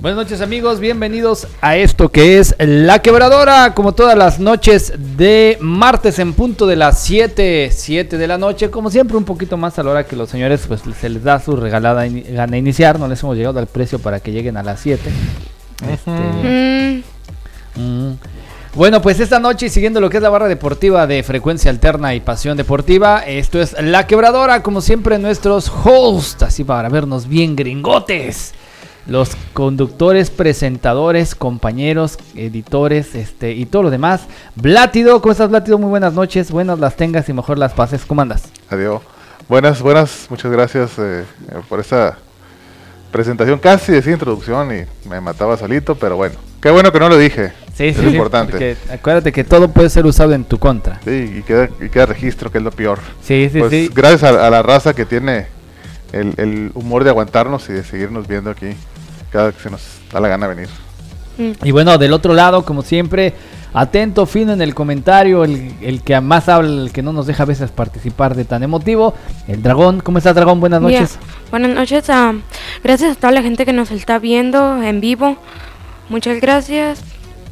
Buenas noches amigos, bienvenidos a esto que es La Quebradora, como todas las noches de martes en punto de las 7 de la noche, como siempre un poquito más a la hora que los señores pues se les da su regalada gana iniciar, no les hemos llegado al precio para que lleguen a las 7. Bueno, pues esta noche, siguiendo lo que es la barra deportiva de Frecuencia Alterna y Pasión Deportiva, esto es La Quebradora, como siempre nuestros hosts, así para vernos bien gringotes. Los conductores, presentadores, compañeros, editores, y todo lo demás. Blátido, ¿cómo estás, Blátido? Muy buenas noches, buenas las tengas y mejor las pases. ¿Cómo andas? Adiós. Buenas, muchas gracias por esa presentación, casi decía introducción y me mataba solito, pero bueno. Qué bueno que no lo dije. Sí, es importante. Porque acuérdate que todo puede ser usado en tu contra. Sí, y queda registro, que es lo peor. Sí, pues, sí. Gracias a la raza que tiene el humor de aguantarnos y de seguirnos viendo aquí cada que se nos da la gana venir. Y bueno, del otro lado, como siempre, atento, fino en el comentario, el que más habla, el que no nos deja a veces participar de tan emotivo, el Dragón. ¿Cómo estás, Dragón? Buenas noches. Buenas noches, gracias a toda la gente que nos está viendo en vivo. Muchas gracias.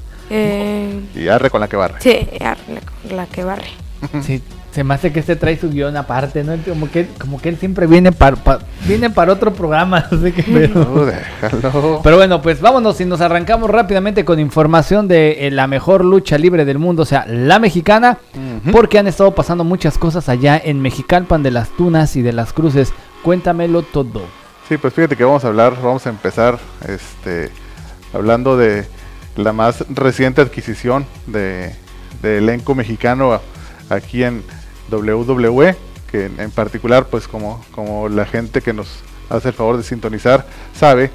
Y arre con la que barre. Sí, arre la que barre. Sí, se me hace que trae su guión aparte, ¿no? Como que él siempre viene para otro programa, no sé qué pedo. Déjalo. Pero bueno, pues vámonos y nos arrancamos rápidamente con información de la mejor lucha libre del mundo, o sea, la mexicana, porque han estado pasando muchas cosas allá en Mexicalpan de las Tunas y de las Cruces. Cuéntamelo todo. Sí, pues fíjate que vamos a empezar hablando de la más reciente adquisición de elenco mexicano aquí en WWE, que en particular, pues como la gente que nos hace el favor de sintonizar sabe,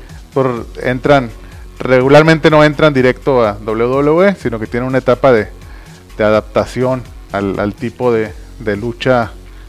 regularmente no entran directo a WWE, sino que tienen una etapa de adaptación al tipo de lucha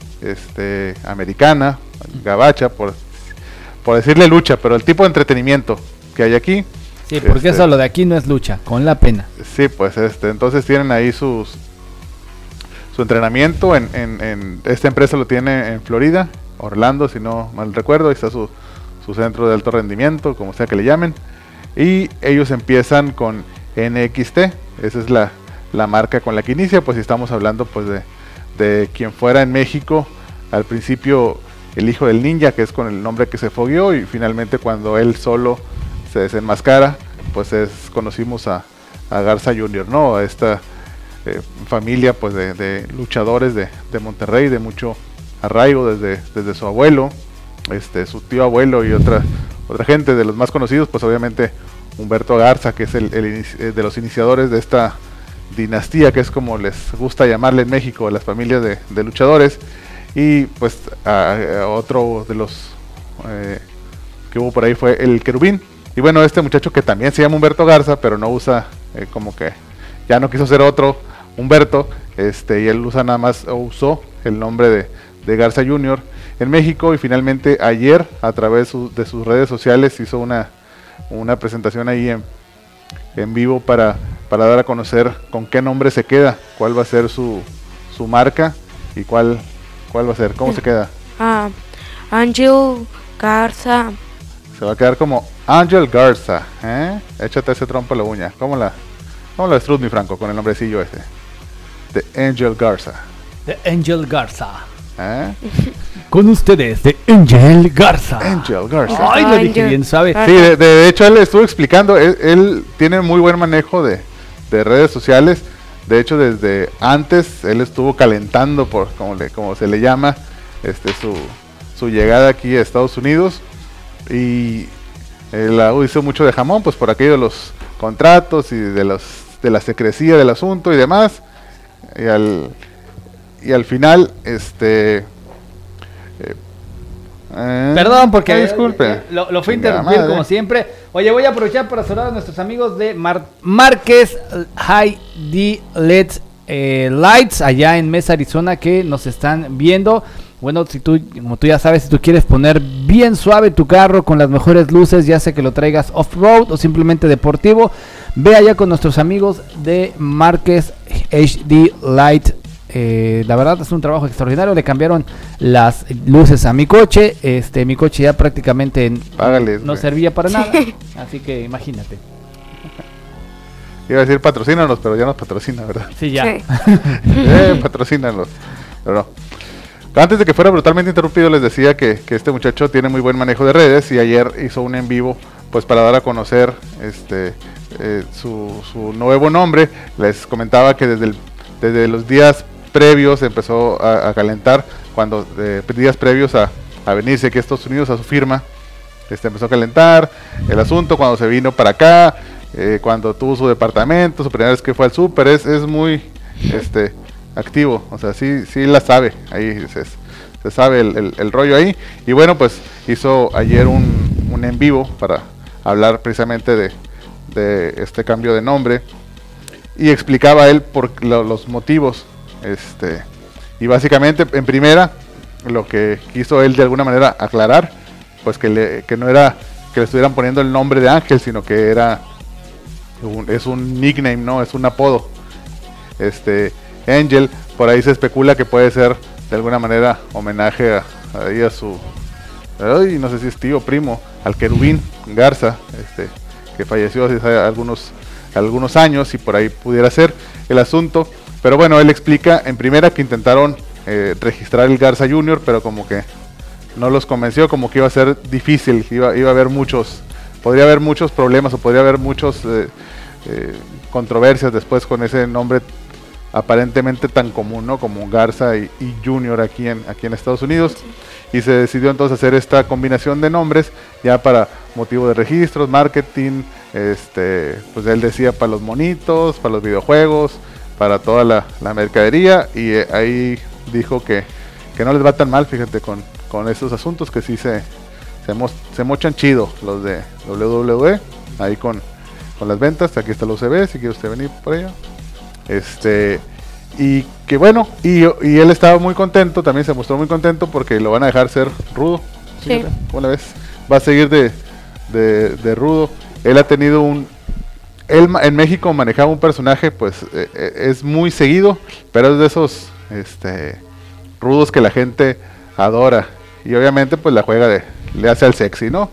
americana, gabacha, por decirle lucha, pero el tipo de entretenimiento que hay aquí. Sí, porque eso lo de aquí no es lucha, con la pena. Sí, pues entonces tienen ahí su entrenamiento en esta empresa lo tiene en Florida, Orlando, si no mal recuerdo. Ahí está su centro de alto rendimiento, como sea que le llamen. Y ellos empiezan con NXT, esa es la marca con la que inicia. Pues estamos hablando pues de quien fuera en México al principio el hijo del ninja, que es con el nombre que se fogueó, y finalmente cuando él solo se desenmascara, pues conocimos a Garza Jr., ¿no? A esta familia pues de luchadores de Monterrey, de mucho arraigo desde su abuelo, su tío abuelo y otra gente. De los más conocidos, pues obviamente Humberto Garza, que es de los iniciadores de esta dinastía, que es como les gusta llamarle en México, las familias de luchadores. Y pues otro de los que hubo por ahí fue el Querubín. Y bueno, este muchacho que también se llama Humberto Garza, pero no usa, como que ya no quiso ser otro Humberto, y él usó el nombre de Garza Jr. en México. Y finalmente ayer, a través de sus redes sociales, hizo una presentación ahí en vivo para dar a conocer con qué nombre se queda, cuál va a ser su marca y cuál va a ser, cómo se queda. Angel Garza. Se va a quedar como Angel Garza, échate ese trompo a la uña. ¿Cómo la destruz, mi Franco, con el nombrecillo ese? De Angel Garza. De Angel Garza. Con ustedes, de Angel Garza. Angel Garza. Ay, lo dije bien, ¿sabe? Sí, de hecho él estuvo explicando, él tiene muy buen manejo de redes sociales. De hecho, desde antes él estuvo calentando, como se le llama, su llegada aquí a Estados Unidos. Y él hizo mucho de jamón, pues por aquello de los contratos y de la secrecía del asunto y demás. Y al final, perdón, porque disculpe. Lo fui a interrumpir como siempre. Oye, voy a aprovechar para saludar a nuestros amigos de Márquez High D LED Lights allá en Mesa, Arizona, que nos están viendo. Bueno, como tú ya sabes, si tú quieres poner bien suave tu carro con las mejores luces, ya sea que lo traigas off-road o simplemente deportivo, ve allá con nuestros amigos de Márquez HD Light La verdad es un trabajo extraordinario. Le cambiaron las luces a mi coche. Mi coche ya prácticamente Págales, no güey. servía para nada. Así que imagínate. Iba a decir patrocínanos, pero ya nos patrocina, ¿verdad? Sí, ya. Sí. Patrocínanos. Pero no. Antes de que fuera brutalmente interrumpido, les decía que este muchacho tiene muy buen manejo de redes y ayer hizo un en vivo pues para dar a conocer su nuevo nombre. Les comentaba que desde los días previos empezó a calentar, días previos a venirse aquí a Estados Unidos a su firma, empezó a calentar el asunto cuando se vino para acá, cuando tuvo su departamento, su primera vez que fue al súper, es muy activo, o sea, sí la sabe, ahí se sabe el rollo ahí. Y bueno, pues hizo ayer un en vivo para hablar precisamente de este cambio de nombre y explicaba él por los motivos, y básicamente en primera lo que quiso él de alguna manera aclarar, pues que no era que le estuvieran poniendo el nombre de Ángel, sino que es un nickname, ¿no? Es un apodo. Angel, por ahí se especula que puede ser de alguna manera homenaje a su, no sé si es tío o primo, al querubín Garza, que falleció hace algunos años, y por ahí pudiera ser el asunto. Pero bueno, él explica en primera que intentaron registrar el Garza Junior, pero como que no los convenció, como que iba a ser difícil, iba a haber podría haber muchos problemas, o podría haber muchos controversias después con ese nombre aparentemente tan común, ¿no? Como Garza y Junior aquí en Estados Unidos. Y se decidió entonces hacer esta combinación de nombres ya para motivo de registros, marketing, pues él decía para los monitos, para los videojuegos, para toda la mercadería, y ahí dijo que no les va tan mal, fíjate, con esos asuntos, que sí se mochan chido los de WWE ahí con las ventas. Aquí está el UCB, si quiere usted venir por allá. Y que bueno, y él estaba muy contento, también se mostró muy contento porque lo van a dejar ser rudo. Sí. ¿Cómo la ves? Va a seguir de rudo. Él ha tenido él en México manejaba un personaje, pues es muy seguido, pero es de esos rudos que la gente adora, y obviamente pues la juega le hace al sexy, ¿no?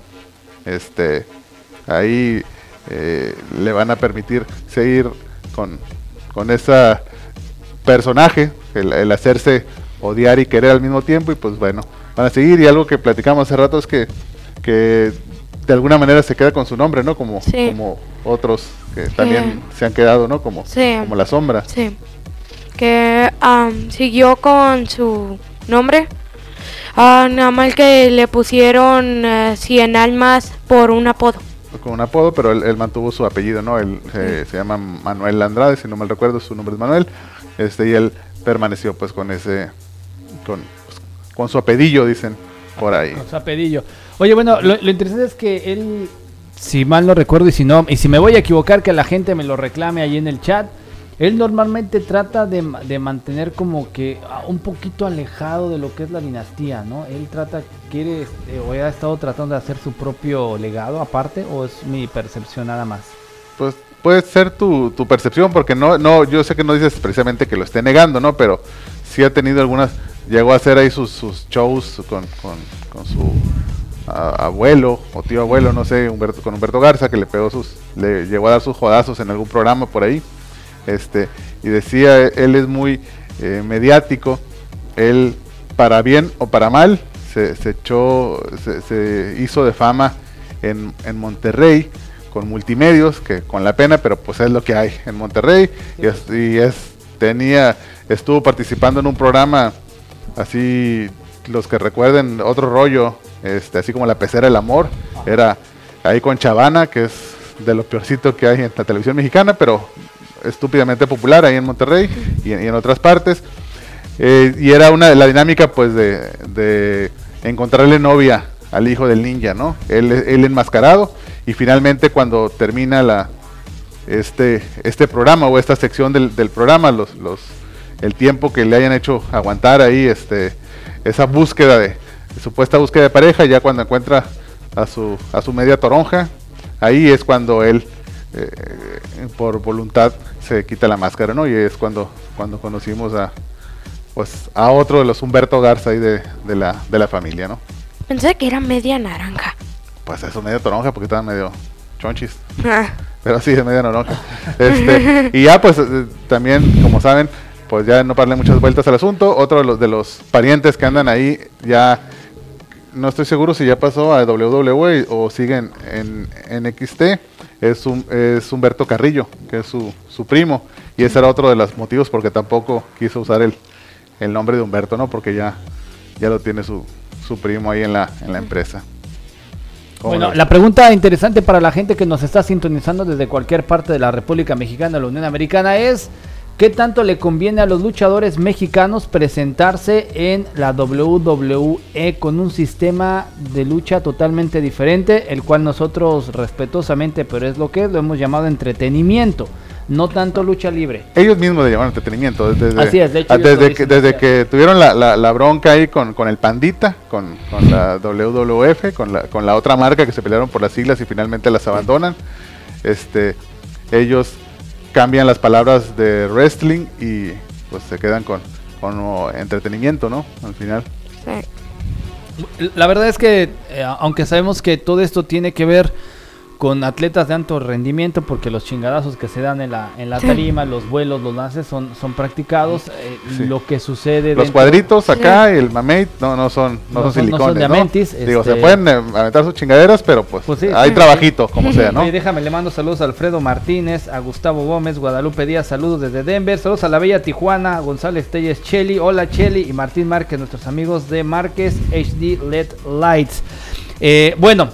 Ahí le van a permitir seguir con ese personaje, el hacerse odiar y querer al mismo tiempo, y pues bueno, van a seguir. Y algo que platicamos hace rato es que de alguna manera se queda con su nombre, ¿no? Como otros que también se han quedado, ¿no? Como La Sombra. Sí. Que siguió con su nombre. Nada más que le pusieron 100 almas por un apodo. Con un apodo, pero él mantuvo su apellido, ¿no? Él se llama Manuel Andrade, si no mal recuerdo, su nombre es Manuel. Y él permaneció pues con su apellido, dicen por ahí. Con su apellido. Oye, bueno, lo interesante es que él, si mal no recuerdo, y si me voy a equivocar, que la gente me lo reclame ahí en el chat, él normalmente trata de mantener como que un poquito alejado de lo que es la dinastía, ¿no? Él quiere, o ha estado tratando de hacer su propio legado aparte, o es mi percepción nada más. Pues puede ser tu percepción, porque no, yo sé que no dices precisamente que lo esté negando, ¿no? Pero sí ha tenido llegó a hacer ahí sus shows con su abuelo o tío abuelo, no sé, con Humberto Garza, que le llegó a dar sus jodazos en algún programa por ahí. Y decía, él es muy mediático, él para bien o para mal se hizo de fama en Monterrey con Multimedios, que con la pena, pero pues es lo que hay en Monterrey. Estuvo participando en un programa así, los que recuerden, Otro Rollo, así como La Pecera del Amor, era ahí con Chavana, que es de lo peorcito que hay en la televisión mexicana, pero estúpidamente popular ahí en Monterrey y en otras partes. Y era la dinámica pues de encontrarle novia al hijo del ninja, ¿no? Él enmascarado, y finalmente cuando termina este programa o esta sección del programa, el tiempo que le hayan hecho aguantar ahí esa supuesta búsqueda de pareja, ya cuando encuentra a su media toronja, ahí es cuando él por voluntad se quita la máscara, ¿no? Y es cuando conocimos pues a otro de los Humberto Garza ahí de la familia, ¿no? Pensé que era media naranja. Pues eso, medio toronja, porque estaban medio chonchis. Ah. Pero sí, es medio naranja. Y ya pues también, como saben, pues ya no parle muchas vueltas al asunto. Otro de los parientes que andan ahí, ya no estoy seguro si ya pasó a WWE o siguen en NXT, es Humberto Carrillo, que es su primo. Y ese era otro de los motivos porque tampoco quiso usar el nombre de Humberto, ¿no? Porque ya lo tiene su primo ahí en la empresa. Bueno, la pregunta interesante para la gente que nos está sintonizando desde cualquier parte de la República Mexicana o la Unión Americana es: ¿qué tanto le conviene a los luchadores mexicanos presentarse en la WWE con un sistema de lucha totalmente diferente, el cual nosotros respetuosamente, pero es lo que es, lo hemos llamado entretenimiento, no tanto lucha libre? Ellos mismos le llaman entretenimiento. Así es, de hecho, desde que tuvieron la bronca ahí con el Pandita, con la WWF, con la otra marca que se pelearon por las siglas y finalmente las abandonan, ellos cambian las palabras de wrestling y pues se quedan con entretenimiento, ¿no? Al final. Sí. La verdad es que aunque sabemos que todo esto tiene que ver con atletas de alto rendimiento, porque los chingadazos que se dan en la tarima, los vuelos, los lances son practicados. Sí. Lo que sucede los cuadritos acá y el mamey no son silicones, no son diamantis, Digo, se pueden aventar sus chingaderas, pero pues sí, hay trabajito, como sea, ¿no? Oye, déjame, le mando saludos a Alfredo Martínez, a Gustavo Gómez, Guadalupe Díaz, saludos desde Denver, saludos a la bella Tijuana, a González Telles, Cheli, hola Cheli, y Martín Márquez, nuestros amigos de Márquez HD LED Lights. Bueno,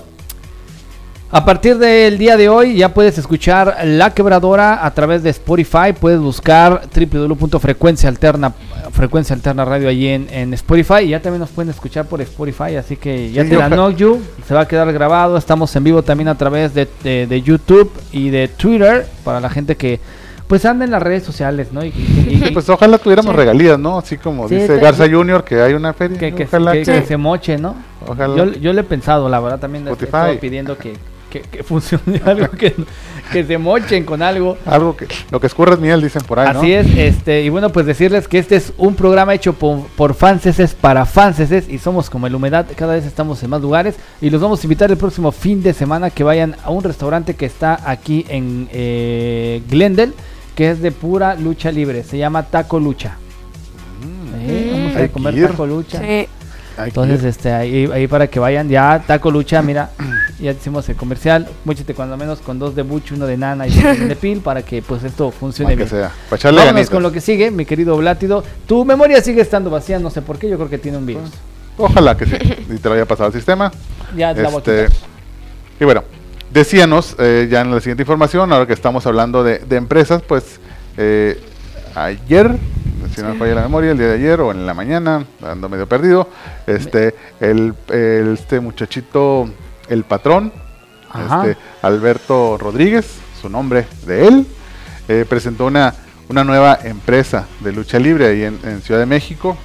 a partir del día de hoy ya puedes escuchar La Quebradora a través de Spotify. Puedes buscar www.frecuencia alterna radio allí en Spotify. Y ya también nos pueden escuchar por Spotify, así que ya te la know you. Se va a quedar grabado. Estamos en vivo también a través de YouTube y de Twitter para la gente que pues anda en las redes sociales, ¿no? Y pues ojalá tuviéramos regalías, ¿no? Así como dice Garza Junior, que hay una feria. Que se moche, ¿no? Ojalá. Yo le he pensado, la verdad, también estoy pidiendo que funcione algo, que se mochen con algo. Algo que lo que escurre es miel, dicen por ahí, ¿no? Así es, y bueno, pues decirles que este es un programa hecho por fanses para fanses, y somos como el Humedad, cada vez estamos en más lugares, y los vamos a invitar el próximo fin de semana que vayan a un restaurante que está aquí en Glendale, que es de pura lucha libre, se llama Taco Lucha. Vamos a comer Taco Lucha. Sí. Entonces, ahí para que vayan, ya Taco Lucha, mira, ya hicimos el comercial, múchate cuando menos con 2 de bucho, 1 de nana y 1 de pil, para que pues esto funcione bien. Sea, para echarle vámonos ganitas. Con lo que sigue, mi querido Blátido. Tu memoria sigue estando vacía, no sé por qué, yo creo que tiene un virus. Ojalá que sí, y te lo haya pasado al sistema. Ya te la voy a quitar. Y bueno, decíanos ya en la siguiente información, ahora que estamos hablando de empresas, pues ayer, si no me falla la memoria, el día de ayer o en la mañana, ando medio perdido, este muchachito, el patrón, Alberto Rodríguez, su nombre de él, presentó una nueva empresa de lucha libre ahí en Ciudad de México,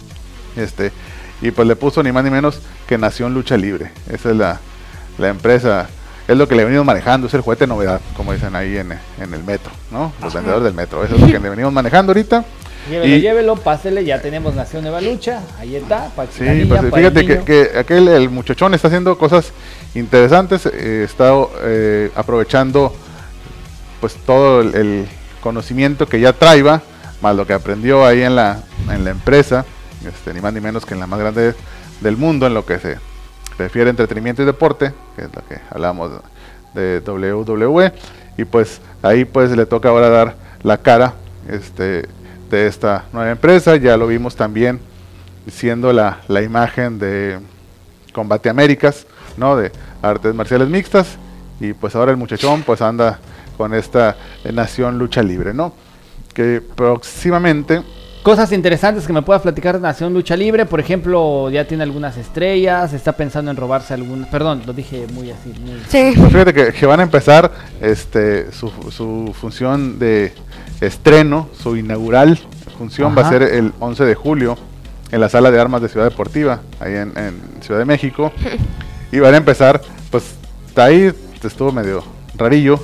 y pues le puso ni más ni menos que Nación Lucha Libre. Esa es la empresa. Es lo que le venimos manejando, es el juguete de novedad, como dicen ahí en el metro, ¿no? Los vendedores del metro, eso es lo que le venimos manejando ahorita. Llévelo, pásele, ya tenemos Nación Nueva Lucha, ahí está, para sí, pues fíjate que el muchachón está haciendo cosas interesantes, está aprovechando pues todo el conocimiento que ya traía, más lo que aprendió ahí en la empresa, ni más ni menos que en la más grande del mundo, en lo que se refiere a entretenimiento y deporte, que es lo que hablamos de WWE, y pues ahí pues le toca ahora dar la cara de esta nueva empresa. Ya lo vimos también siendo la imagen de Combate Américas, ¿no? De artes marciales mixtas, y pues ahora el muchachón pues anda con esta Nación Lucha Libre, ¿no? Que próximamente... Cosas interesantes que me puedas platicar de Nación Lucha Libre, por ejemplo, ya tiene algunas estrellas, está pensando en robarse algunas, perdón, lo dije muy así. Sí. Pues fíjate que van a empezar su función de estreno, su inaugural función va a ser el 11 de julio en la Sala de Armas de Ciudad Deportiva, ahí en Ciudad de México, y van a empezar, pues ahí estuvo medio rarillo,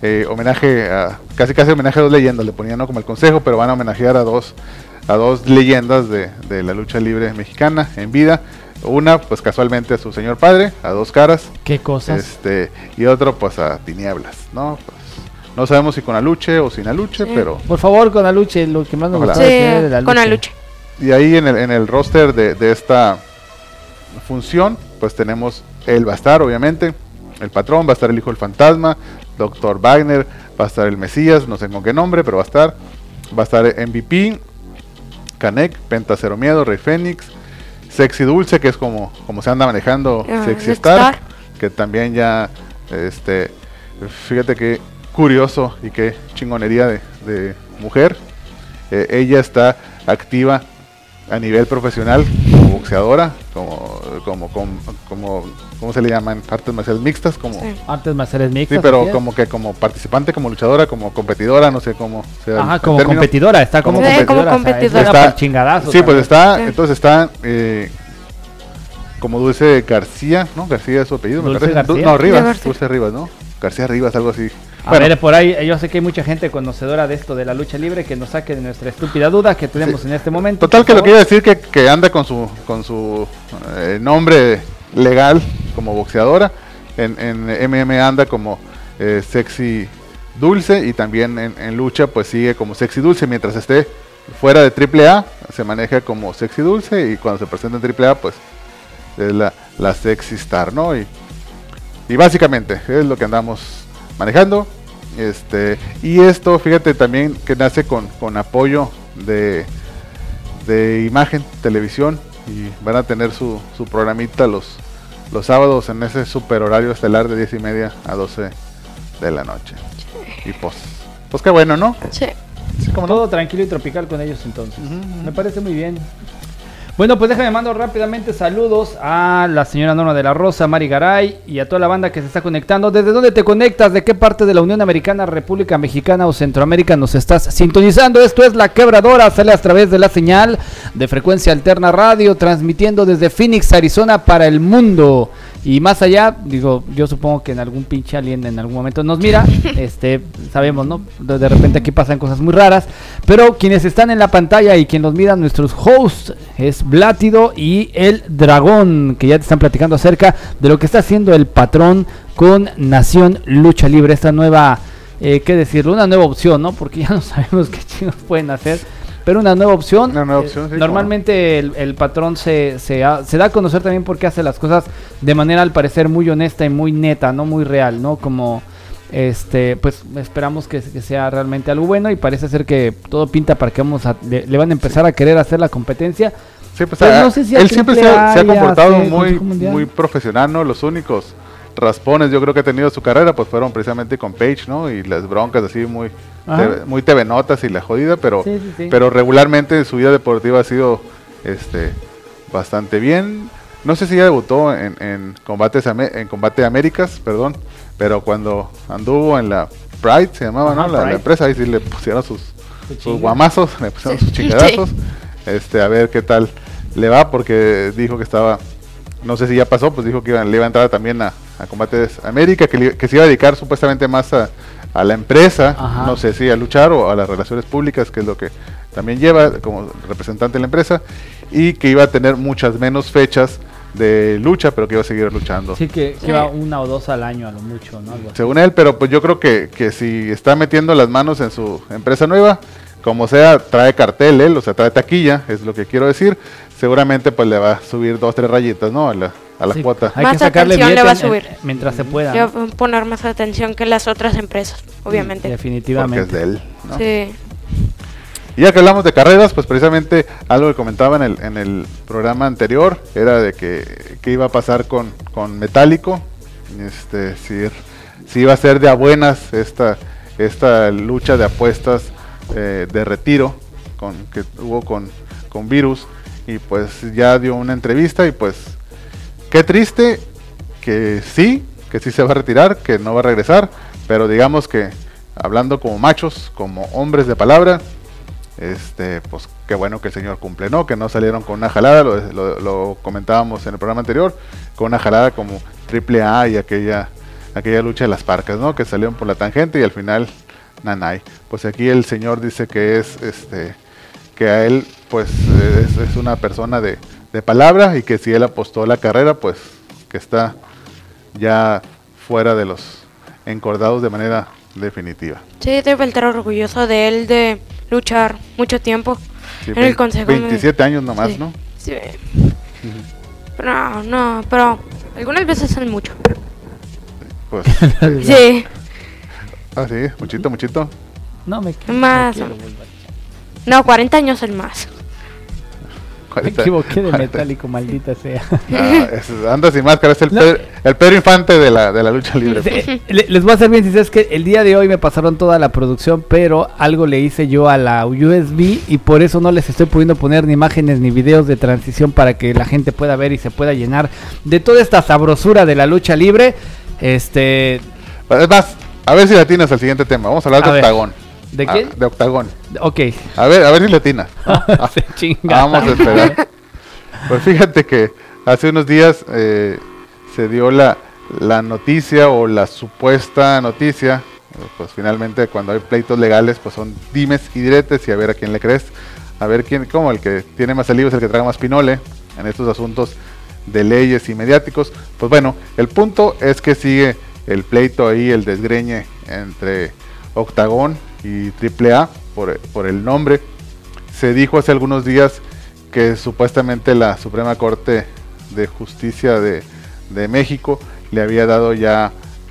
homenaje casi homenaje a dos leyendas, le ponían, ¿no?, como el consejo, pero van a homenajear a dos leyendas de la lucha libre mexicana en vida. Una, pues casualmente a su señor padre, a Dos Caras. ¿Qué cosas? Y otro, pues a Tinieblas, ¿no? Pues, no sabemos si con Aluche o sin Aluche, pero... Por favor, con Aluche, lo que más me Ojalá. gustaba Sí, de la con lucha. Aluche. Y ahí en el roster de esta función, pues tenemos, él va a estar, obviamente, el patrón, va a estar el hijo del fantasma, Dr. Wagner, va a estar el Mesías, no sé con qué nombre, pero va a estar MVP, Canek, Penta Cero Miedo, Rey Fénix, Sexy Dulce, que es como se anda manejando Sexy Star, que también ya, fíjate qué curioso y qué chingonería de mujer. Ella está activa a nivel profesional como boxeadora, ¿cómo se le llaman? Artes marciales mixtas, como... Sí. Artes marciales mixtas. Sí, pero ¿sí? como participante, como luchadora, como competidora, no sé cómo sea. Ajá, el como término. competidora, está como Sí, competidora. como competidora. Está para chingadazos. Sí, pues está, Sí. entonces está como Dulce García, ¿no? García es su apellido, me Dulce parece. García. No, Rivas, García. Dulce Rivas, ¿no? García Rivas, algo así. A ver, por ahí, yo sé que hay mucha gente conocedora de esto de la lucha libre que nos saque de nuestra estúpida duda que tenemos Sí. en este momento. Total, por que lo favor. que iba a decir que anda con su nombre legal como boxeadora. En MMA anda como Sexy Dulce, y también en lucha pues sigue como Sexy Dulce. Mientras esté fuera de AAA se maneja como Sexy Dulce, y cuando se presenta en AAA pues es la Sexy Star, ¿no? Y básicamente es lo que andamos manejando. Y esto, fíjate, también que nace con apoyo de Imagen Televisión, y van a tener su programita los sábados en ese super horario estelar de 10:30 a 12 de la noche. Y pues qué bueno, ¿no? Sí. Sí, ¿cómo no? Todo tranquilo y tropical con ellos entonces. Me parece muy bien. Bueno, pues déjame mando rápidamente saludos a la señora Norma de la Rosa, Mari Garay, y a toda la banda que se está conectando. ¿Desde dónde te conectas? ¿De qué parte de la Unión Americana, República Mexicana o Centroamérica nos estás sintonizando? Esto es La Quebradora, sale a través de la señal de Frecuencia Alterna Radio, transmitiendo desde Phoenix, Arizona para el mundo. Y más allá, digo, yo supongo que en algún pinche alien en algún momento nos mira, sabemos, ¿no? De repente aquí pasan cosas muy raras, pero quienes están en la pantalla y quien nos mira, nuestros hosts, es Blátido y el Dragón, que ya te están platicando acerca de lo que está haciendo el patrón con Nación Lucha Libre, esta nueva, ¿qué decirlo? Una nueva opción, ¿no? Porque ya no sabemos qué chingos pueden hacer. Pero una nueva opción. Una nueva opción, sí, normalmente el patrón se da a conocer también porque hace las cosas de manera al parecer muy honesta y muy neta, no muy real, ¿no? Como pues esperamos que sea realmente algo bueno, y parece ser que todo pinta para que le van a empezar a querer hacer la competencia. Sí, pues, Pero no sé si él siempre se ha AAA comportado hace Consejo muy Mundial. profesional, ¿no? Los únicos raspones yo creo que ha tenido su carrera pues fueron precisamente con Page, ¿no? Y las broncas así muy TV notas y la jodida, pero Sí. pero regularmente su vida deportiva ha sido bastante bien. No sé si ya debutó en Combate Américas, perdón, pero cuando anduvo en la Pride se llamaba, Ajá, ¿no? La Pride. empresa, ahí sí le pusieron sus chinga. guamazos, le pusieron sus chingadazos. A ver qué tal le va, porque dijo que estaba, no sé si ya pasó, pues dijo que le iba a entrar también a Combates América, que se iba a dedicar supuestamente más a la empresa. Ajá. No sé si a luchar o a las relaciones públicas, que es lo que también lleva como representante de la empresa, y que iba a tener muchas menos fechas de lucha, pero que iba a seguir luchando. Sí, que va 1 o 2 al año a lo mucho, ¿no? Algo así. Según él, pero pues yo creo que si está metiendo las manos en su empresa nueva, como sea, trae cartel él, o sea, trae taquilla, es lo que quiero decir, seguramente pues le va a subir 2 o 3 rayitas, ¿no? A la Sí, cuota. Hay Más que sacarle atención le billete va a subir. mientras se pueda, Le ¿no? va a poner más atención que las otras empresas, obviamente. Porque Definitivamente. es de él, ¿no? Sí. Y ya que hablamos de carreras, pues precisamente algo que comentaba en el programa anterior era de que iba a pasar con Metálico, si iba a ser de a buenas esta lucha de apuestas de retiro que hubo con Virus, y pues ya dio una entrevista, y pues qué triste que sí se va a retirar, que no va a regresar, pero digamos que hablando como machos, como hombres de palabra, pues qué bueno que el señor cumple, ¿no? Que no salieron con una jalada, lo comentábamos en el programa anterior, con una jalada como AAA y aquella aquella lucha de las parcas, ¿no? Que salieron por la tangente y al final nanay. Pues aquí el señor dice que es que a él pues es una persona de palabra y que si él apostó la carrera pues que está ya fuera de los encordados de manera definitiva. Sí, debe estar orgulloso de él de luchar mucho tiempo Sí, en el consejo. 27 años nomás, Sí. ¿no? Sí. Pero algunas veces son mucho. Pues Sí, sí, muchito. No me Más. no quiero volver. no, 40 años son más. Me equivoqué de metálico, maldita sea. Anda sin máscara, es el, No. el Pedro Infante de la lucha libre. pues. Les voy a ser bien sinceros, es que el día de hoy me pasaron toda la producción, pero algo le hice yo a la USB y por eso no les estoy pudiendo poner ni imágenes ni videos de transición para que la gente pueda ver y se pueda llenar de toda esta sabrosura de la lucha libre. Es más, a ver si latinas al siguiente tema. Vamos a hablar A de ver. Octagón. ¿De quién? De Octagón. Ok. A ver si latinas. Se chinga. Vamos a esperar. Pues fíjate que hace unos días se dio la noticia o la supuesta noticia. Pues finalmente cuando hay pleitos legales pues son dimes y diretes y a ver a quién le crees. A ver quién, como el que tiene más saliva es el que traga más pinole en estos asuntos de leyes y mediáticos. Pues bueno, el punto es que sigue el pleito ahí, el desgreñe entre Octagón y AAA por el nombre. Se dijo hace algunos días que supuestamente la Suprema Corte de Justicia de México le había dado ya,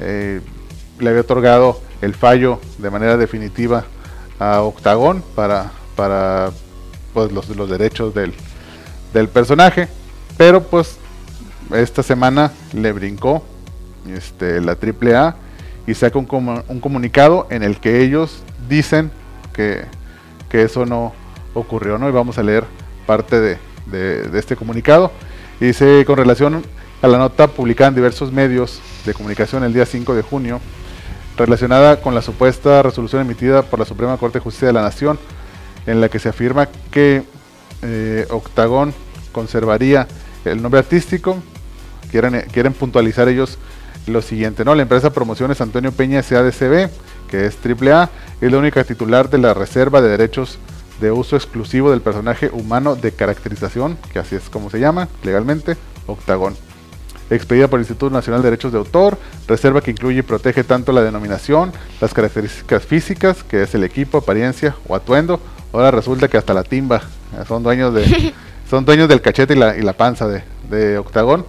le había otorgado el fallo de manera definitiva a Octagón para pues, los derechos del personaje, pero pues esta semana le brincó la AAA y saca un comunicado en el que ellos dicen que eso no ocurrió, ¿no? Y vamos a leer parte de este comunicado. Y dice: con relación a la nota publicada en diversos medios de comunicación el día 5 de junio, relacionada con la supuesta resolución emitida por la Suprema Corte de Justicia de la Nación, en la que se afirma que Octagón conservaría el nombre artístico, quieren puntualizar ellos lo siguiente, ¿no? La empresa Promociones Antonio Peña SADCB, que es AAA, es la única titular de la reserva de derechos de uso exclusivo del personaje humano de caracterización, que así es como se llama legalmente, Octagón. Expedida por el Instituto Nacional de Derechos de Autor, reserva que incluye y protege tanto la denominación, las características físicas, que es el equipo, apariencia o atuendo. Ahora resulta que hasta la timba son dueños del cachete y la panza de Octagón.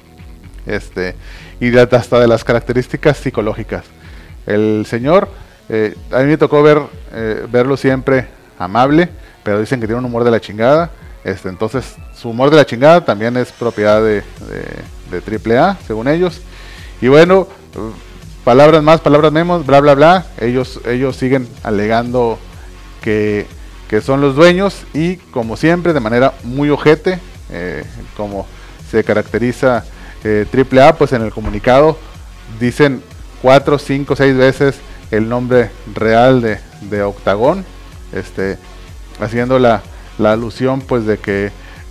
Y hasta de las características psicológicas. El señor, a mí me tocó verlo siempre amable, pero dicen que tiene un humor de la chingada. Entonces su humor de la chingada también es propiedad de AAA, según ellos. Y bueno, palabras más, palabras menos, bla bla bla. Ellos siguen alegando que son los dueños, y como siempre de manera muy ojete, como se caracteriza AAA, pues en el comunicado dicen 4, 5, 6 veces el nombre real de Octagón, haciendo la alusión pues de que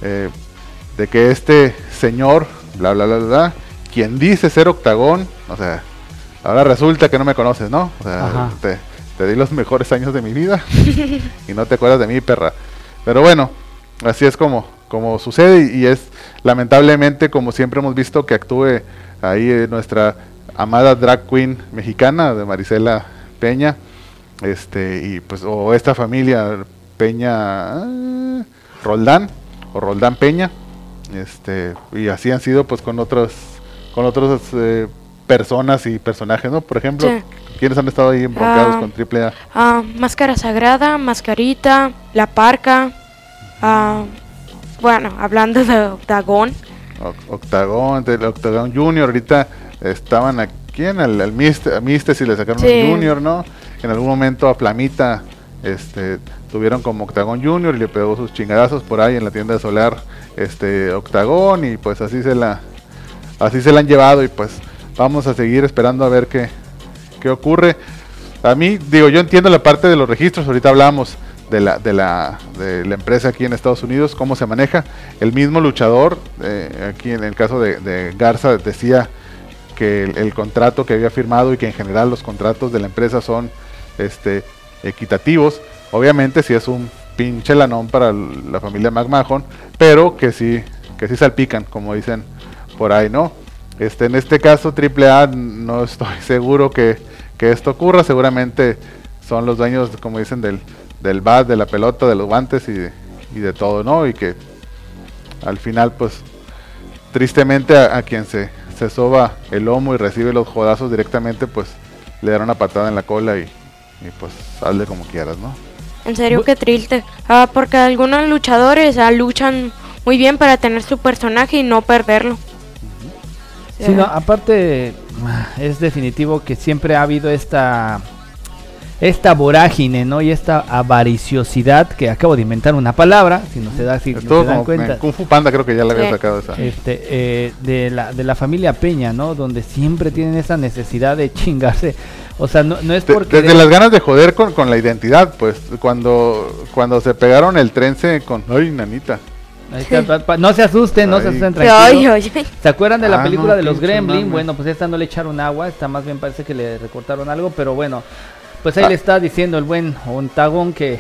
este señor, bla bla bla bla, quien dice ser Octagón, o sea, ahora resulta que no me conoces, ¿no? O sea, te di los mejores años de mi vida y no te acuerdas de mí, perra. Pero bueno, así es como sucede, y es lamentablemente, como siempre hemos visto, que actúe ahí nuestra amada drag queen mexicana de Marisela Peña, y pues, o esta familia Peña Roldán, o Roldán Peña, y así han sido pues con otros personas y personajes, ¿no? Por ejemplo, Sí. ¿quiénes han estado ahí embroncados con AAA? Máscara Sagrada, Mascarita, La Parca. Bueno, hablando de Octagón. Octagón, del Octagón Junior, ahorita estaban aquí en el Mistes y le sacaron Sí. un Junior, ¿no? En algún momento a Flamita tuvieron como Octagón Junior y le pegó sus chingadazos por ahí en la tienda de Solar, Octagón, y pues así se la han llevado, y pues vamos a seguir esperando a ver qué ocurre. A mí, digo, yo entiendo la parte de los registros, ahorita hablamos de la empresa aquí en Estados Unidos, cómo se maneja. El mismo luchador, aquí en el caso de Garza, decía que el contrato que había firmado y que en general los contratos de la empresa son equitativos. Obviamente sí es un pinche lanón para la familia McMahon, pero que sí salpican, como dicen por ahí, ¿no? En este caso AAA no estoy seguro que esto ocurra. Seguramente son los dueños, como dicen, del bat, de la pelota, de los guantes y de todo, ¿no? Y que al final, pues, tristemente a quien se soba el lomo y recibe los jodazos directamente, pues le dan una patada en la cola y pues hazle como quieras, ¿no? En serio, qué triste. Porque algunos luchadores luchan muy bien para tener su personaje y no perderlo. Sí, no, aparte es definitivo que siempre ha habido esta vorágine, ¿no? Y esta avariciosidad, que acabo de inventar una palabra, si no se dan cuenta. Kung Fu Panda creo que ya le había sacado esa. De la familia Peña, ¿no? Donde siempre tienen esa necesidad de chingarse. O sea, no es porque... Desde las ganas de joder con la identidad, pues, cuando se pegaron el trense con... ¡Ay, nanita! No se asusten, no se asusten, tranquilos. ¿Se acuerdan de la película de los Gremlin? Bueno, pues esta no le echaron agua, esta más bien parece que le recortaron algo, pero bueno, pues ahí le está diciendo el buen Ontagón que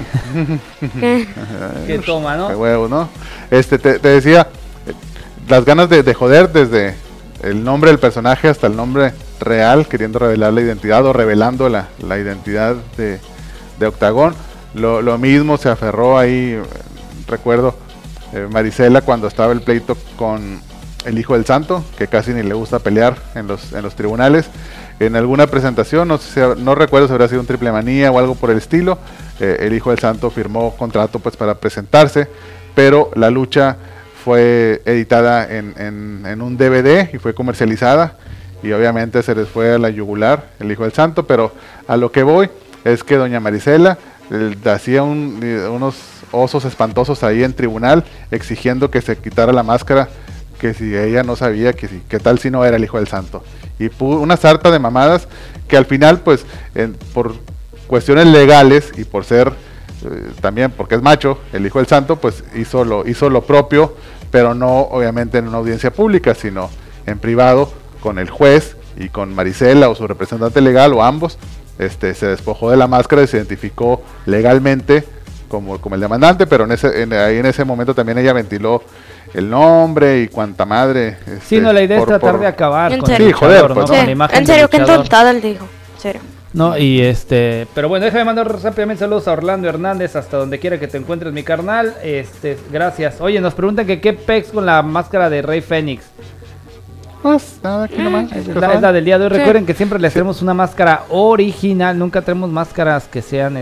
toma, ¿no? Qué huevo, ¿no? Te decía, las ganas de joder desde el nombre del personaje hasta el nombre real, queriendo revelar la identidad o revelando la identidad de Octagón. Lo mismo se aferró ahí, recuerdo, Marisela cuando estaba el pleito con el hijo del santo, que casi ni le gusta pelear en los tribunales. En alguna presentación, no recuerdo si habrá sido un Triple Manía o algo por el estilo, el hijo del santo firmó contrato pues para presentarse, pero la lucha fue editada en un DVD y fue comercializada y obviamente se les fue a la yugular el hijo del santo. Pero a lo que voy es que doña Marisela hacía unos osos espantosos ahí en tribunal exigiendo que se quitara la máscara, que si ella no sabía, que tal si no era el hijo del santo, y una sarta de mamadas que al final pues por cuestiones legales y por ser también porque es macho el hijo del santo, pues hizo lo propio, pero no obviamente en una audiencia pública, sino en privado con el juez y con Marisela o su representante legal o ambos. Se despojó de la máscara y se identificó legalmente como el demandante, pero ahí en ese momento también ella ventiló el nombre y cuanta madre. Sí, no, la idea es tratar de acabar con el luchador, ¿no? Sí. Con la imagen en serio, del qué luchador. tontada el dijo. En serio. No, y pero bueno, déjame mandar rápidamente saludos a Orlando Hernández, hasta donde quiera que te encuentres, mi carnal. Gracias. Oye, nos preguntan que qué pex con la máscara de Rey Fénix. Pues nada, aquí nomás. Es la del día de hoy. Sí. Recuerden que siempre les traemos una máscara original, nunca tenemos máscaras que sean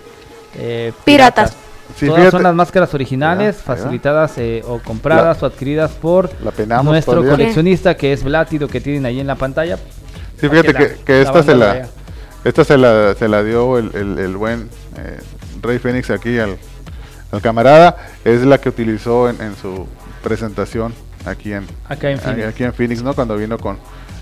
piratas. Sí, todas son las máscaras originales, facilitadas o compradas o adquiridas por nuestro coleccionista, que es Blátido, que tienen ahí en la pantalla. Sí, fíjate que esta se la dio el buen Rey Fénix aquí al camarada. Es la que utilizó en su presentación aquí en Phoenix, ¿no? Cuando vino con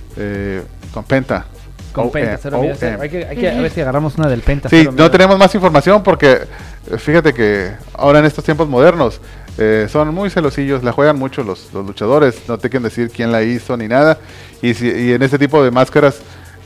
Penta. Con Penta, hay que a ver si agarramos una del Penta. Sí, no tenemos más información porque fíjate que ahora en estos tiempos modernos son muy celosillos, la juegan mucho los luchadores, no te quieren decir quién la hizo ni nada, y en este tipo de máscaras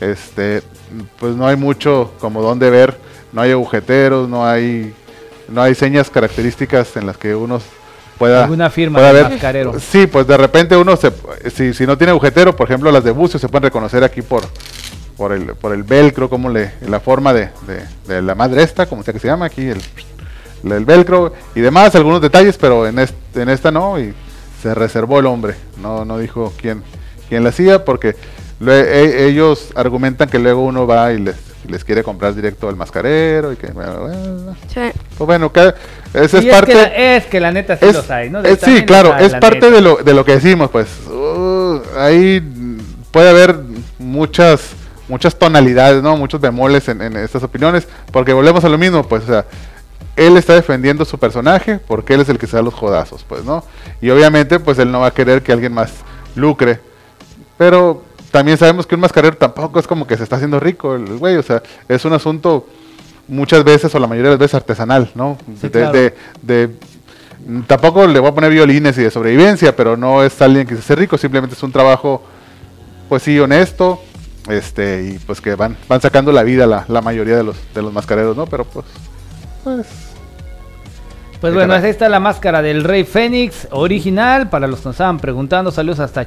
pues no hay mucho como donde ver, no hay agujeteros, no hay señas características en las que uno pueda... Alguna firma de mascarero. Sí, pues de repente uno si no tiene agujetero, por ejemplo las de bucio se pueden reconocer aquí por el velcro, como la forma de la madre esta, como sea que se llama aquí, el velcro y demás, algunos detalles, pero en esta no, y se reservó el hombre, no dijo quién la hacía, porque ellos argumentan que luego uno va y les quiere comprar directo al mascarero y que sí. Pues bueno, esa es parte, es que la neta sí los hay, ¿no? Sí, claro, es parte de lo que decimos, pues ahí puede haber muchas tonalidades, ¿no? Muchos bemoles en estas opiniones, porque volvemos a lo mismo, pues, o sea, él está defendiendo su personaje porque él es el que se da los jodazos, pues, ¿no? Y obviamente, pues, él no va a querer que alguien más lucre, pero también sabemos que un mascarero tampoco es como que se está haciendo rico el güey, o sea, es un asunto muchas veces, o la mayoría de las veces, artesanal, ¿no? Sí, claro. Tampoco le voy a poner violines y de sobrevivencia, pero no es alguien que se hace rico, simplemente es un trabajo pues sí, honesto, y pues que van sacando la vida la mayoría de los mascareros, ¿no? Pero pues bueno, ahí está la máscara del Rey Fénix original, para los que nos estaban preguntando. Saludos hasta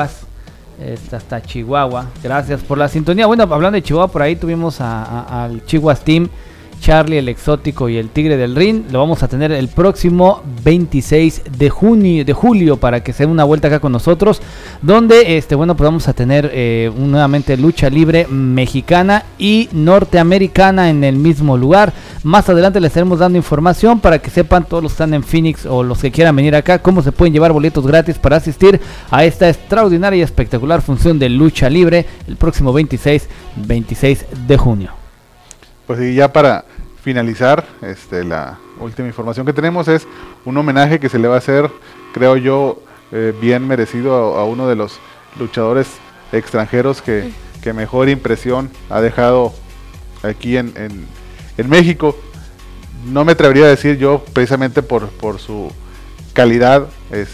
hasta Chihuahua, gracias por la sintonía. Bueno, hablando de Chihuahua, por ahí tuvimos al Chihuahua Team, Charlie el Exótico y el Tigre del Ring. Lo vamos a tener el próximo 26 de julio para que se dé una vuelta acá con nosotros, donde pues vamos a tener nuevamente lucha libre mexicana y norteamericana en el mismo lugar. Más adelante les estaremos dando información para que sepan todos los que están en Phoenix o los que quieran venir acá, cómo se pueden llevar boletos gratis para asistir a esta extraordinaria y espectacular función de lucha libre el próximo 26 de junio. Pues y ya para finalizar, la última información que tenemos es un homenaje que se le va a hacer, creo yo, bien merecido a uno de los luchadores extranjeros que mejor impresión ha dejado aquí en México. No me atrevería a decir yo, precisamente por su calidad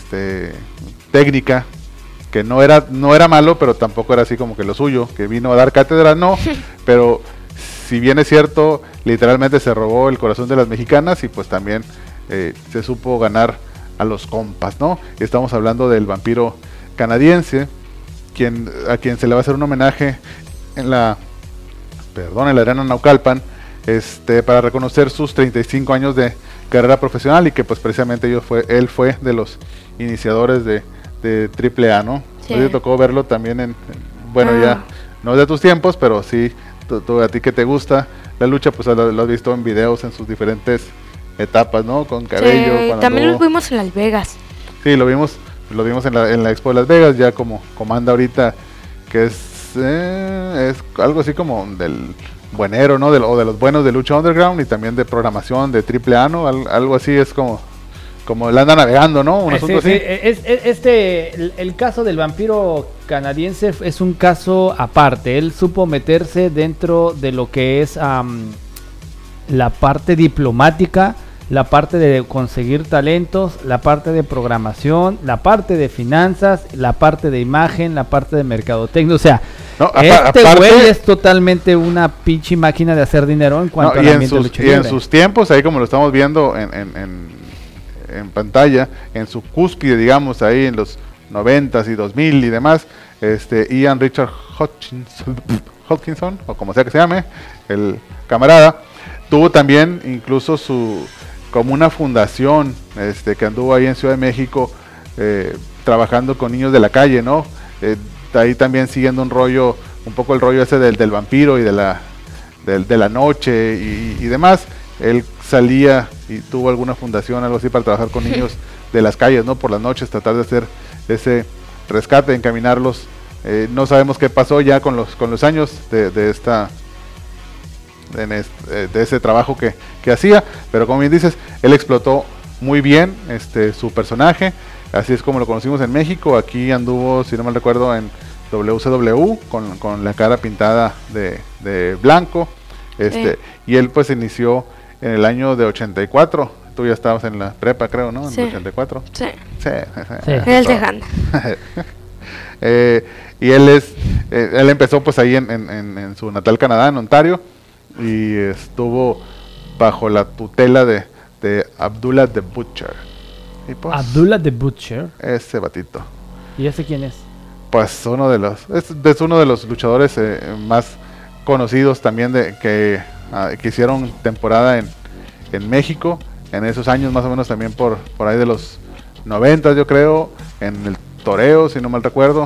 técnica, que no era malo, pero tampoco era así como que lo suyo, que vino a dar cátedra, no, pero si bien es cierto, literalmente se robó el corazón de las mexicanas y pues también se supo ganar a los compas, ¿no? Estamos hablando del vampiro canadiense, a quien se le va a hacer un homenaje en la Arena Naucalpan, para reconocer sus 35 años de carrera profesional, y que pues precisamente él fue de los iniciadores de AAA, ¿no? Sí. A mí me tocó verlo también ya no de tus tiempos, pero sí. A ti que te gusta la lucha, pues lo has visto en videos en sus diferentes etapas, ¿no? Con cabello. Sí, también lo vimos en Las Vegas. Sí, lo vimos en la Expo de Las Vegas, ya como comanda ahorita, que es algo así como del buenero, ¿no? O de los buenos de lucha underground, y también de programación de AAA, ¿no? Algo así es como él anda navegando, ¿no? Un asunto así. El caso del vampiro canadiense es un caso aparte. Él supo meterse dentro de lo que es la parte diplomática, la parte de conseguir talentos, la parte de programación, la parte de finanzas, la parte de imagen, la parte de mercadotecnia. O sea, aparte, güey es totalmente una pinche máquina de hacer dinero en cuanto al ambiente de lucha libre. Y en sus tiempos, ahí como lo estamos viendo en pantalla, en su cúspide, digamos, ahí en los 90s y 2000 y demás, Ian Richard Hodgkinson, o como sea que se llame, el camarada, tuvo también incluso como una fundación, que anduvo ahí en Ciudad de México, trabajando con niños de la calle, ¿no? Ahí también siguiendo un poco el rollo ese del vampiro y de la noche y demás. Él salía y tuvo alguna fundación, algo así, para trabajar con niños de las calles, ¿no? Por las noches, tratar de hacer ese rescate, encaminarlos. No sabemos qué pasó ya con los años de ese trabajo que hacía, pero como bien dices, él explotó muy bien su personaje. Así es como lo conocimos en México. Aquí anduvo, si no mal recuerdo, en WCW con la cara pintada de blanco. Y él pues inició en el año de 84. Tú ya estabas en la prepa, creo, ¿no? En el 84. Sí. Sí. El Tejano. Y él empezó pues ahí en su natal Canadá, en Ontario, y estuvo bajo la tutela de Abdullah the Butcher. Y pues, Abdullah the Butcher. Ese batito. ¿Y ese quién es? Pues es uno de los luchadores más conocidos también que hicieron temporada en México en esos años, más o menos también por ahí de los 90, yo creo, en el toreo, si no mal recuerdo.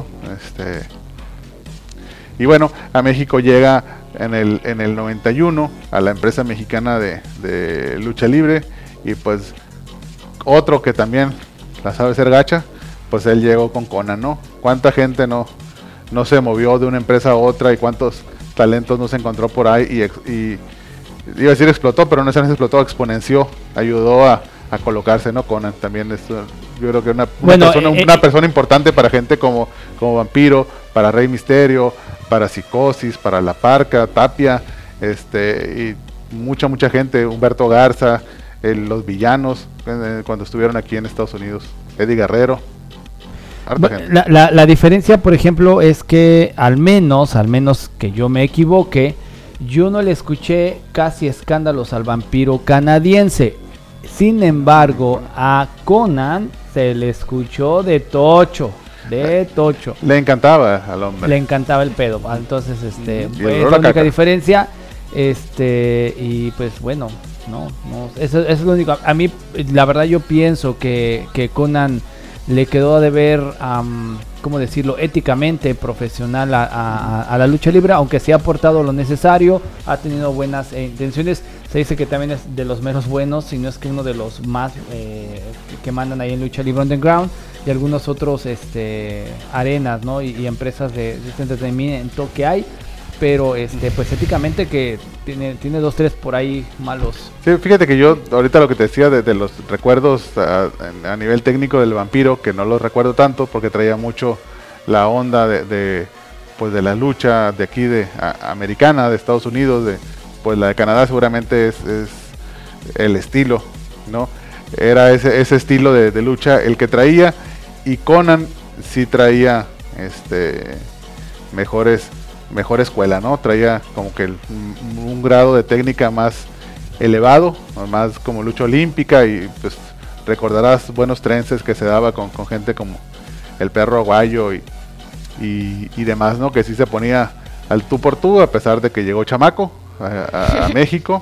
Y bueno, a México llega en el 91 a la empresa mexicana de lucha libre, y pues otro que también la sabe ser gacha, pues él llegó con Conan, ¿no? ¿Cuánta gente no se movió de una empresa a otra, y cuántos talentos no se encontró por ahí? Y iba a decir explotó, pero no se explotó, exponenció, ayudó a colocarse, ¿no? Conan también es, yo creo que una persona importante para gente como Vampiro, para Rey Misterio, para Psicosis, para La Parca, Tapia, y mucha gente, Humberto Garza, los villanos cuando estuvieron aquí en Estados Unidos, Eddie Guerrero. harta gente. La diferencia, por ejemplo, es que al menos que yo me equivoque, yo no le escuché casi escándalos al vampiro canadiense. Sin embargo, a Conan se le escuchó de tocho. Le encantaba al hombre. Le encantaba el pedo. Entonces, fue la la única caca. diferencia. Y pues bueno, no, eso es lo único. A mí, la verdad, yo pienso que Conan le quedó a deber, ¿cómo decirlo?, éticamente profesional a la lucha libre, aunque sí ha aportado lo necesario, ha tenido buenas intenciones. Se dice que también es de los menos buenos, si no es que uno de los más que mandan ahí en lucha libre underground, y algunos otros arenas, ¿no? y empresas de entretenimiento que hay. Pero pues éticamente que tiene 2, 3 por ahí malos. Sí, fíjate que yo ahorita lo que te decía de los recuerdos a nivel técnico del vampiro, que no los recuerdo tanto porque traía mucho la onda de la lucha de aquí americana, de Estados Unidos, pues la de Canadá seguramente es el estilo, ¿no? Era ese estilo de lucha el que traía, y Conan sí traía mejor escuela, ¿no? Traía como que un grado de técnica más elevado, más como lucha olímpica, y pues recordarás buenos trences que se daba con gente como el Perro Aguayo y demás, ¿no? Que sí se ponía al tú por tú, a pesar de que llegó chamaco a México.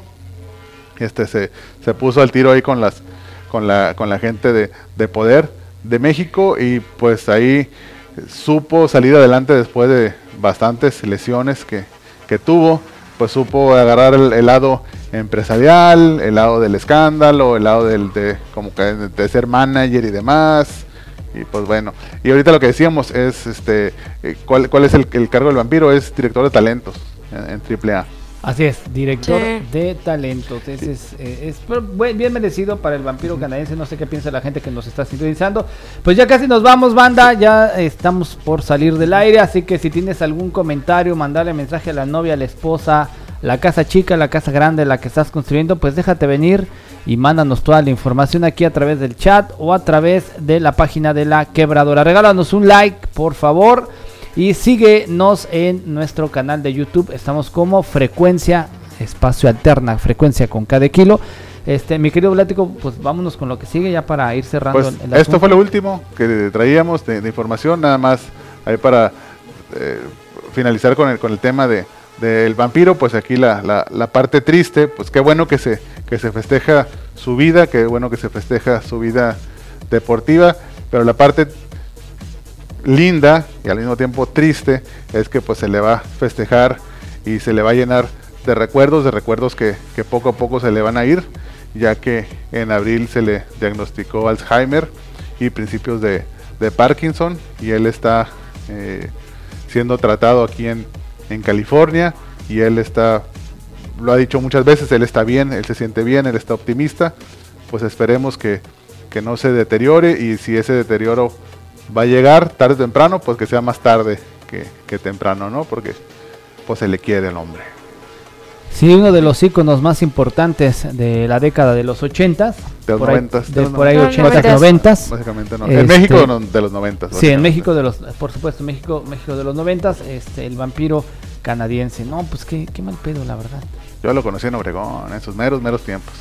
Se puso al tiro ahí con la gente de poder de México, y pues ahí supo salir adelante después de bastantes lesiones que tuvo. Pues supo agarrar el lado empresarial, el lado del escándalo, el lado de ser manager y demás. Y pues bueno, y ahorita lo que decíamos es ¿cuál es el cargo del vampiro? Es director de talentos en AAA. Así es, director de talentos. Es bien merecido para el vampiro canadiense. No sé qué piensa la gente que nos está sintonizando. Pues ya casi nos vamos, banda. Ya estamos por salir del aire. Así que si tienes algún comentario, mandarle mensaje a la novia, a la esposa, la casa chica, la casa grande, la que estás construyendo, pues déjate venir y mándanos toda la información aquí a través del chat o a través de la página de La Quebradora. Regálanos un like, por favor. Y síguenos en nuestro canal de YouTube. Estamos como Frecuencia Espacio Alterna, Frecuencia con K de kilo. Mi querido Blático, pues vámonos con lo que sigue ya para ir cerrando pues el asunto. Esto fue lo último que traíamos de información, nada más ahí para finalizar con el tema del vampiro. Pues aquí la parte triste, pues qué bueno que se festeja su vida, qué bueno que se festeja su vida deportiva, pero la parte linda y al mismo tiempo triste es que pues se le va a festejar y se le va a llenar de recuerdos que poco a poco se le van a ir, ya que en abril se le diagnosticó Alzheimer y principios de Parkinson, y él está siendo tratado aquí en California, y él lo ha dicho muchas veces, él está bien, él se siente bien, él está optimista. Pues esperemos que no se deteriore, y si ese deterioro va a llegar tarde o temprano, pues que sea más tarde que temprano, ¿no? Porque pues se le quiere al hombre. Sí, uno de los íconos más importantes de la década de los 80s. De los 90s. Por ahí 80s, 90s. Básicamente no. En México de los 90s. Sí, en México por supuesto, México de los 90s, el vampiro canadiense. No, pues qué mal pedo, la verdad. Yo lo conocí en Obregón, en sus meros tiempos.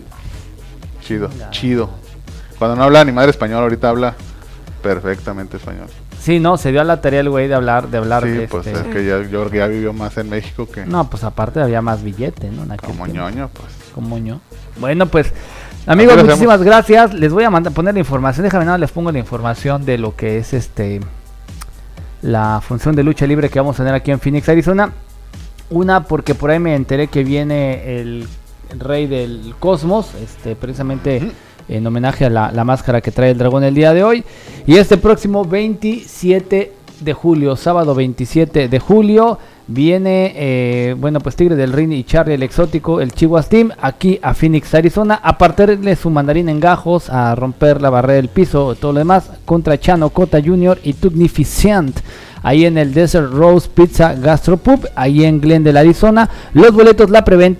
Chido. Cuando no habla ni madre español, ahorita habla perfectamente español. Sí, no, se dio a la tarea el güey de hablar. Sí, pues es que yo creo que ya vivió más en México que... No, pues aparte había más billete, ¿no? Como ñoño, pues. Como ño. Bueno, pues, amigos, muchísimas gracias. Les voy a poner la información. Déjame nada, les pongo la información de lo que es la función de lucha libre que vamos a tener aquí en Phoenix, Arizona. Una, porque por ahí me enteré que viene el rey del cosmos, precisamente... en homenaje a la máscara que trae el dragón el día de hoy. Y este próximo 27 de julio, sábado 27 de julio, viene, pues Tigre del Ring y Charlie el Exótico, el Chihuahua Team, aquí a Phoenix, Arizona, a partirle su mandarín en gajos, a romper la barrera del piso, todo lo demás, contra Chano Cota Jr. y Tugnificient, ahí en el Desert Rose Pizza Gastropub, ahí en Glendale, Arizona. Los boletos, la preventa,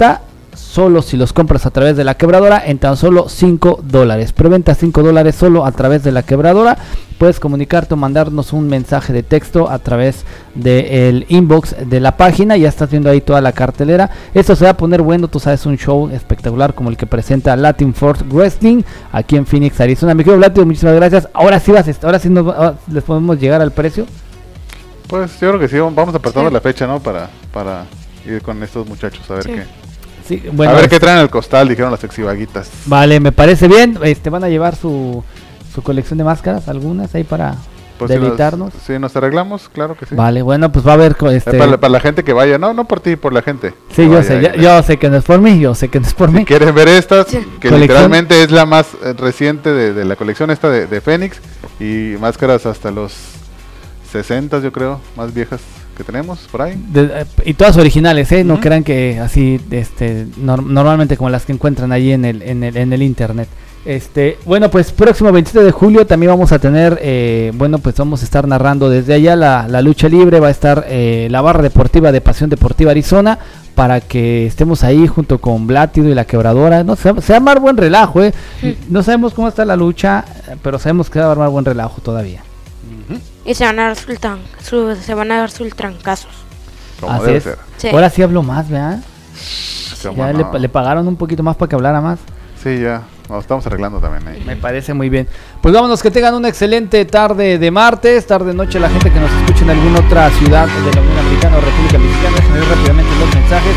solo si los compras a través de La Quebradora en tan solo $5. Preventa $5 solo a través de La Quebradora. Puedes comunicarte o mandarnos un mensaje de texto a través del inbox de la página. Ya estás viendo ahí toda la cartelera. Esto se va a poner bueno, tú sabes, un show espectacular como el que presenta Latin Force Wrestling aquí en Phoenix, Arizona. Mi querido Latio, muchísimas gracias. Ahora sí les podemos llegar al precio. Pues yo creo que sí, vamos apartando la fecha, ¿no? Para ir con estos muchachos a ver qué. Sí, bueno, a ver qué traen al costal, dijeron las sexivaguitas. Vale, me parece bien. Van a llevar su colección de máscaras, algunas ahí para deleitarnos. Si nos arreglamos, claro que sí. Vale, bueno, pues va a haber para la gente que vaya, no por ti, por la gente. Sí, yo sé que no es por mí, si quieren ver estas, que colección, literalmente es la más reciente de la colección esta de Fénix, y máscaras hasta los 60, yo creo, más viejas que tenemos por ahí. Y todas originales, no crean que así normalmente como las que encuentran ahí en el internet. Bueno, pues próximo 27 de julio también vamos a tener, pues vamos a estar narrando desde allá la lucha libre. Va a estar la barra deportiva de Pasión Deportiva Arizona, para que estemos ahí junto con Blátido y La Quebradora. No, se va a armar buen relajo, No sabemos cómo está la lucha, pero sabemos que va a armar buen relajo todavía. Y se van a dar sus trancazos. Como debe ser. Sí. Ahora sí hablo más, ¿verdad? Ya no. le pagaron un poquito más para que hablara más. Sí, ya. Nos estamos arreglando también ahí. Me parece muy bien. Pues vámonos, que tengan una excelente tarde de martes, tarde-noche, la gente que nos escucha en alguna otra ciudad de la Unión Americana o República Mexicana. Déjenme ver rápidamente los mensajes.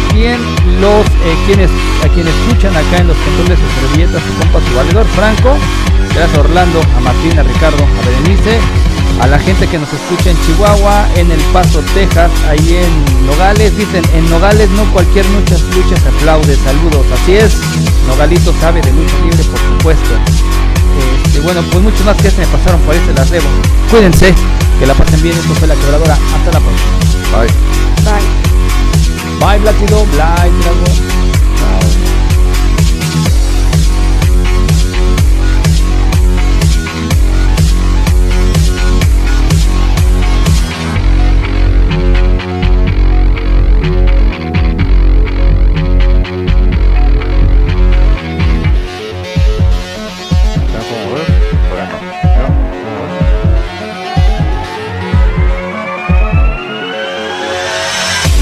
A quienes escuchan acá en los controles de servilletas, su compa, su valedor Franco. Gracias a Orlando, a Martín, a Ricardo, a Berenice. A la gente que nos escucha en Chihuahua, en El Paso, Texas, ahí en Nogales. Dicen, en Nogales no cualquier lucha se aplaude. Saludos, así es. Nogalito sabe de lucha libre, por supuesto. Bueno, pues muchos más que me pasaron por ahí, se las debo. Cuídense, que la pasen bien. Esto fue La Quebradora. Hasta la próxima. Bye. Bye. Bye, Blátido. Bye, Drago.